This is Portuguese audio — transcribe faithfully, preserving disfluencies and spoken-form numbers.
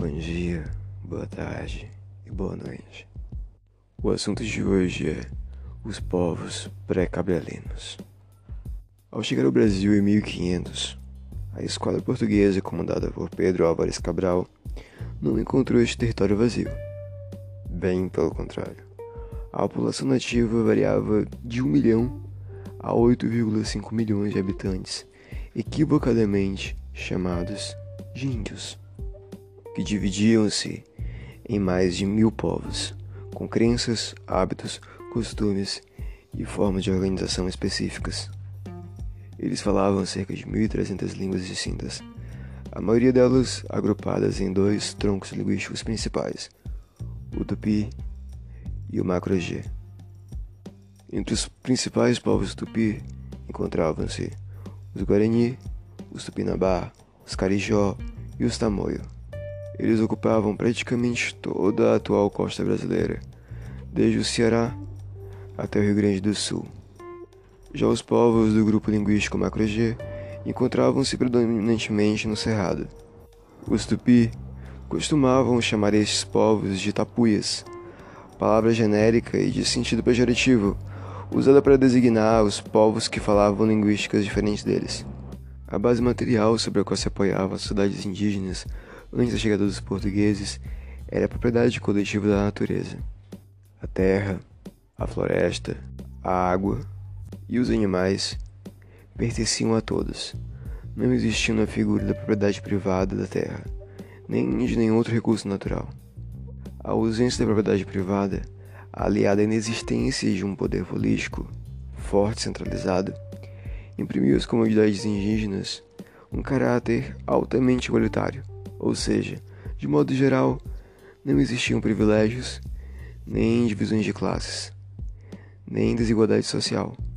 Bom dia, boa tarde e boa noite. O assunto de hoje é os povos pré-cabralinos. Ao chegar ao Brasil em mil e quinhentos, a esquadra portuguesa comandada por Pedro Álvares Cabral não encontrou este território vazio. Bem pelo contrário, a população nativa variava de um milhão a oito vírgula cinco milhões de habitantes, equivocadamente chamados de índios, que dividiam-se em mais de mil povos, com crenças, hábitos, costumes e formas de organização específicas. Eles falavam cerca de mil e trezentas línguas distintas, a maioria delas agrupadas em dois troncos linguísticos principais, o Tupi e o Macro-G. Entre os principais povos Tupi encontravam-se os Guarani, os Tupinambá, os Carijó e os Tamoio. Eles ocupavam praticamente toda a atual costa brasileira, desde o Ceará até o Rio Grande do Sul. Já os povos do grupo linguístico Macro-G encontravam-se predominantemente no Cerrado. Os Tupi costumavam chamar estes povos de tapuias, palavra genérica e de sentido pejorativo, usada para designar os povos que falavam linguísticas diferentes deles. A base material sobre a qual se apoiavam as sociedades indígenas antes da chegada dos portugueses era a propriedade coletiva da natureza. A terra, a floresta, a água e os animais pertenciam a todos. Não existia uma figura da propriedade privada da terra, nem de nenhum outro recurso natural. A ausência da propriedade privada, aliada à inexistência de um poder político forte e centralizado, imprimiu às comunidades indígenas um caráter altamente igualitário, ou seja, de modo geral, não existiam privilégios, nem divisões de classes, nem desigualdade social.